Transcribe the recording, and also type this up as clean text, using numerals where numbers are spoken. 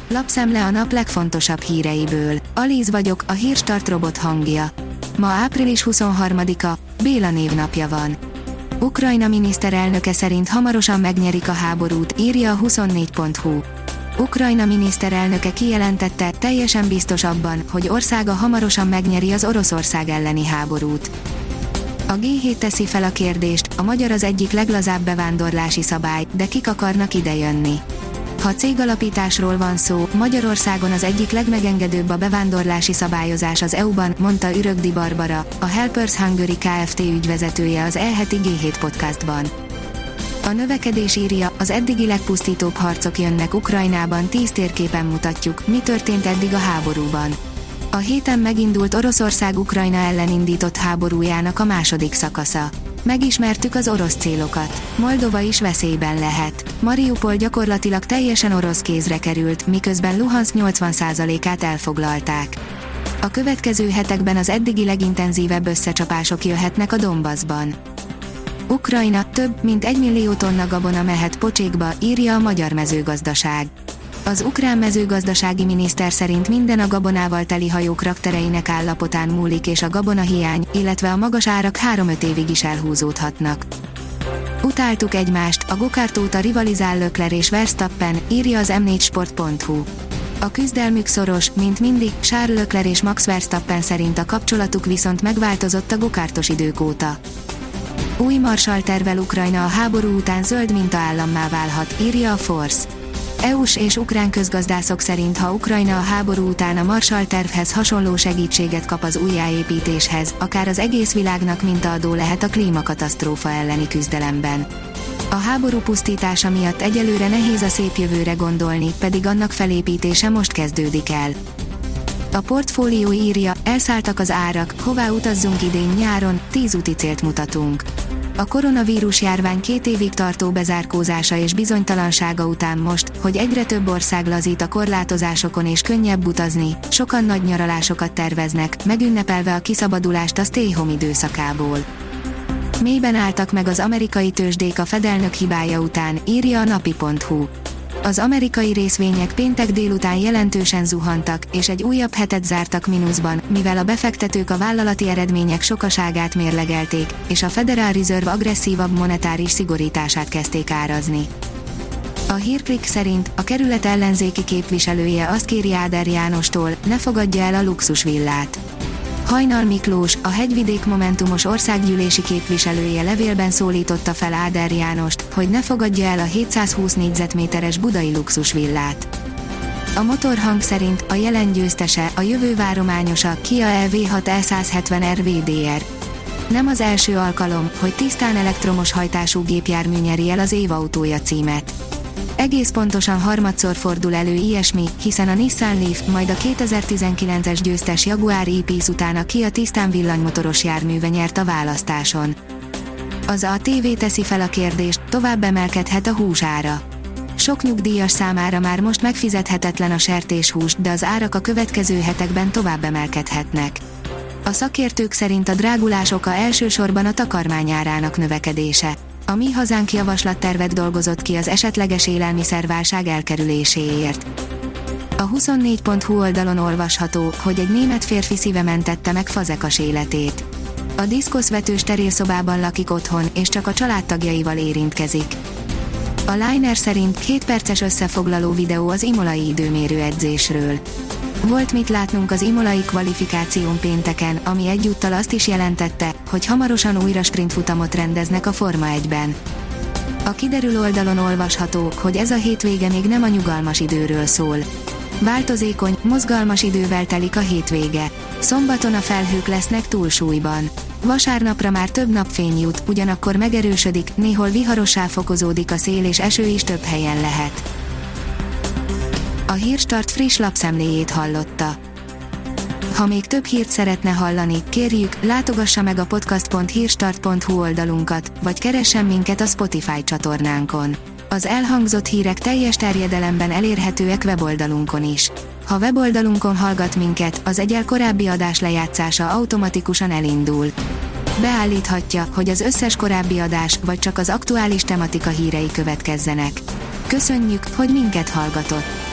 Lapszemle a nap legfontosabb híreiből. Alíz vagyok, a Hírstart robot hangja. Ma április 23-a, Béla névnapja van. Ukrajna miniszterelnöke szerint hamarosan megnyerik a háborút, írja a 24.hu. Ukrajna miniszterelnöke kijelentette, teljesen biztos abban, hogy országa hamarosan megnyeri az Oroszország elleni háborút. A G7 teszi fel a kérdést, a magyar az egyik leglazább bevándorlási szabály, de kik akarnak idejönni? Ha cégalapításról van szó, Magyarországon az egyik legmegengedőbb a bevándorlási szabályozás az EU-ban, mondta Ürögdi Barbara, a Helpers Hungary Kft. Ügyvezetője az E-heti G7 podcastban. A növekedés írja, az eddigi legpusztítóbb harcok jönnek Ukrajnában, 10 térképen mutatjuk, mi történt eddig a háborúban. A héten megindult Oroszország Ukrajna ellen indított háborújának a második szakasza. Megismertük az orosz célokat. Moldova is veszélyben lehet. Mariupol gyakorlatilag teljesen orosz kézre került, miközben Luhanszk 80%-át elfoglalták. A következő hetekben az eddigi legintenzívebb összecsapások jöhetnek a Donbassban. Ukrajna, több mint 1 millió tonna gabona mehet pocsékba, írja a Magyar Mezőgazdaság. Az ukrán mezőgazdasági miniszter szerint minden a gabonával teli hajók raktereinek állapotán múlik, és a gabonahiány, illetve a magas árak 3-5 évig is elhúzódhatnak. Utáltuk egymást, a gokart óta rivalizál Leclerc és Verstappen, írja az m4sport.hu. A küzdelmük szoros, mint mindig, Charles Leclerc és Max Verstappen szerint a kapcsolatuk viszont megváltozott a gokartos idők óta. Új Marshall tervvel Ukrajna a háború után zöld mintaállammá válhat, írja a Force. EU-s és ukrán közgazdászok szerint, ha Ukrajna a háború után a Marshall tervhez hasonló segítséget kap az újjáépítéshez, akár az egész világnak mintaadó lehet a klímakatasztrófa elleni küzdelemben. A háború pusztítása miatt egyelőre nehéz a szép jövőre gondolni, pedig annak felépítése most kezdődik el. A portfólió írja, elszálltak az árak, hová utazzunk idén nyáron, 10 úti célt mutatunk. A koronavírus járvány 2 évig tartó bezárkózása és bizonytalansága után most, hogy egyre több ország lazít a korlátozásokon és könnyebb utazni, sokan nagy nyaralásokat terveznek, megünnepelve a kiszabadulást a stay home időszakából. Mélyben álltak meg az amerikai tőzsdék a Fed elnök hibája után, írja a napi.hu. Az amerikai részvények péntek délután jelentősen zuhantak, és egy újabb hetet zártak mínuszban, mivel a befektetők a vállalati eredmények sokaságát mérlegelték, és a Federal Reserve agresszívabb monetáris szigorítását kezdték árazni. A Hírklik szerint a kerület ellenzéki képviselője azt kéri Áder Jánostól, ne fogadja el a luxusvillát. Hajnal Miklós, a Hegyvidék Momentumos országgyűlési képviselője levélben szólította fel Áder Jánost, hogy ne fogadja el a 720 négyzetméteres budai luxusvillát. A Motorhang szerint a jelen győztese, a jövő várományosa, Kia EV6 E170 RVDR. Nem az első alkalom, hogy tisztán elektromos hajtású gépjármű nyeri el az év autója címet. Egész pontosan harmadszor fordul elő ilyesmi, hiszen a Nissan Leaf, majd a 2019-es győztes Jaguar E-Pace után a Kia tisztán villanymotoros járműve nyert a választáson. Az ATV teszi fel a kérdést, tovább emelkedhet a hús ára. Sok nyugdíjas számára már most megfizethetetlen a sertéshús, de az árak a következő hetekben tovább emelkedhetnek. A szakértők szerint a drágulás oka elsősorban a takarmány árának növekedése. A Mi Hazánk javaslattervet dolgozott ki az esetleges élelmiszerválság elkerüléséért. A 24.hu oldalon olvasható, hogy egy német férfi szíve mentette meg Fazekas életét. A diszkoszvetős terélszobában lakik otthon, és csak a családtagjaival érintkezik. A Liner szerint 2 perces összefoglaló videó az imolai időmérő edzésről. Volt mit látnunk az imolai kvalifikáción pénteken, ami egyúttal azt is jelentette, hogy hamarosan újra sprintfutamot rendeznek a Forma 1-ben. A kiderül oldalon olvasható, hogy ez a hétvége még nem a nyugalmas időről szól. Változékony, mozgalmas idővel telik a hétvége. Szombaton a felhők lesznek túlsúlyban. Vasárnapra már több napfény jut, ugyanakkor megerősödik, néhol viharossá fokozódik a szél és eső is több helyen lehet. A Hírstart friss lapszemléjét hallotta. Ha még több hírt szeretne hallani, kérjük, látogassa meg a podcast.hírstart.hu oldalunkat, vagy keressen minket a Spotify csatornánkon. Az elhangzott hírek teljes terjedelemben elérhetőek weboldalunkon is. Ha weboldalunkon hallgat minket, az egyel korábbi adás lejátszása automatikusan elindul. Beállíthatja, hogy az összes korábbi adás, vagy csak az aktuális tematika hírei következzenek. Köszönjük, hogy minket hallgatott!